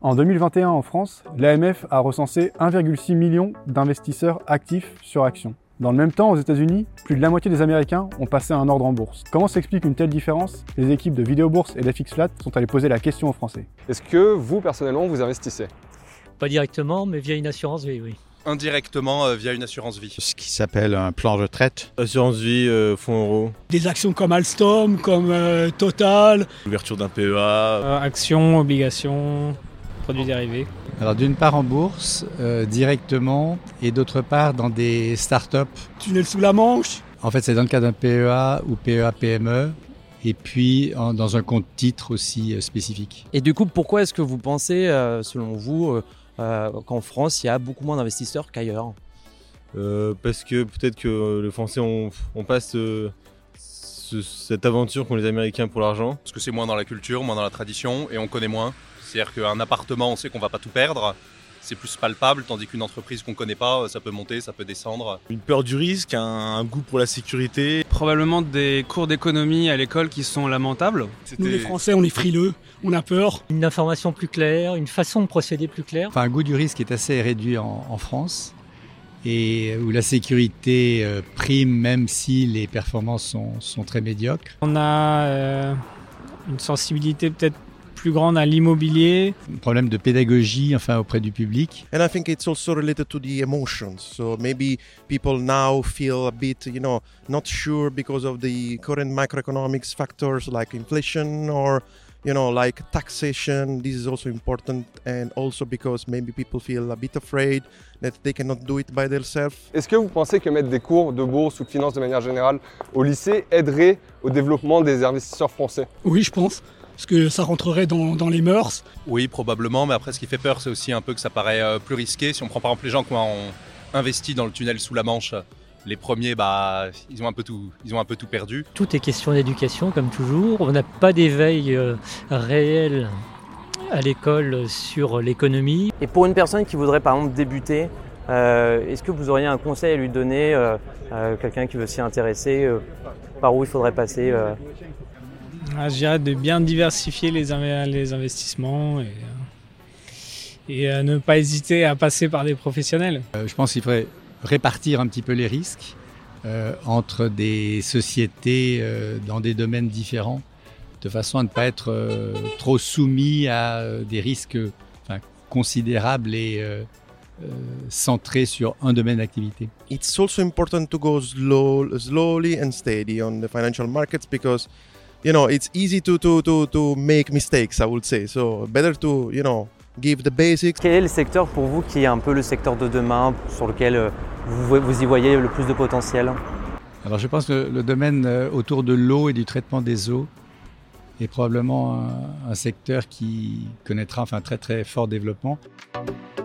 En 2021 en France, l'AMF a recensé 1,6 million d'investisseurs actifs sur actions. Dans le même temps, aux États-Unis, plus de la moitié des Américains ont passé un ordre en bourse. Comment s'explique une telle différence? Les équipes de Vidéo Bourse et d'FXFlat sont allées poser la question aux Français. Est-ce que vous, personnellement, vous investissez? Pas directement, mais via une assurance vie, oui. Indirectement via une assurance vie. Ce qui s'appelle un plan retraite. Assurance vie, fonds euros. Des actions comme Alstom, comme Total. Ouverture d'un PEA. Actions, obligations, produits dérivés. Alors d'une part en bourse, directement, et d'autre part dans des startups. Tunnel sous la Manche. En fait, c'est dans le cas d'un PEA ou PEA-PME. Et puis dans un compte titre aussi spécifique. Et du coup, pourquoi est-ce que vous pensez, selon vous, qu'en France, il y a beaucoup moins d'investisseurs qu'ailleurs? Parce que peut-être que les Français on passe cette aventure qu'ont les Américains pour l'argent. Parce que c'est moins dans la culture, moins dans la tradition et on connaît moins. C'est-à-dire qu'un appartement, on sait qu'on va pas tout perdre. C'est plus palpable, tandis qu'une entreprise qu'on connaît pas, ça peut monter, ça peut descendre. Une peur du risque, un goût pour la sécurité. Probablement des cours d'économie à l'école qui sont lamentables. Nous les Français, on est frileux, on a peur. Une information plus claire, une façon de procéder plus claire. Enfin, un goût du risque est assez réduit en France et où la sécurité prime même si les performances sont très médiocres. On a une sensibilité peut-être plus grande à l'immobilier. Un problème de pédagogie auprès du public. And I think it's also related to the emotions. So maybe people now feel a bit, not sure because of the current macroeconomics factors like inflation or, like taxation. This is also important, and also because maybe people feel a bit afraid that they cannot do it by themselves. Est-ce que vous pensez que mettre des cours de bourse ou de finance de manière générale au lycée aiderait au développement des investisseurs français? Oui, je pense. Parce que ça rentrerait dans les mœurs. Oui, probablement, mais après ce qui fait peur, c'est aussi un peu que ça paraît plus risqué. Si on prend par exemple les gens qui ont investi dans le tunnel sous la Manche, les premiers, ils ont un peu tout perdu. Tout est question d'éducation, comme toujours. On n'a pas d'éveil réel à l'école sur l'économie. Et pour une personne qui voudrait par exemple débuter, est-ce que vous auriez un conseil à lui donner, quelqu'un qui veut s'y intéresser, par où il faudrait passer Je dirais de bien diversifier les investissements et ne pas hésiter à passer par des professionnels. Je pense qu'il faudrait répartir un petit peu les risques entre des sociétés dans des domaines différents, de façon à ne pas être trop soumis à des risques considérables et centrés sur un domaine d'activité. It's also important to go slowly and steady on the financial markets because it's easy to make mistakes, I would say. So better to, give the basics. Quel est le secteur pour vous qui est un peu le secteur de demain, sur lequel vous y voyez le plus de potentiel? Alors je pense que le domaine autour de l'eau et du traitement des eaux est probablement un secteur qui connaîtra un très très fort développement.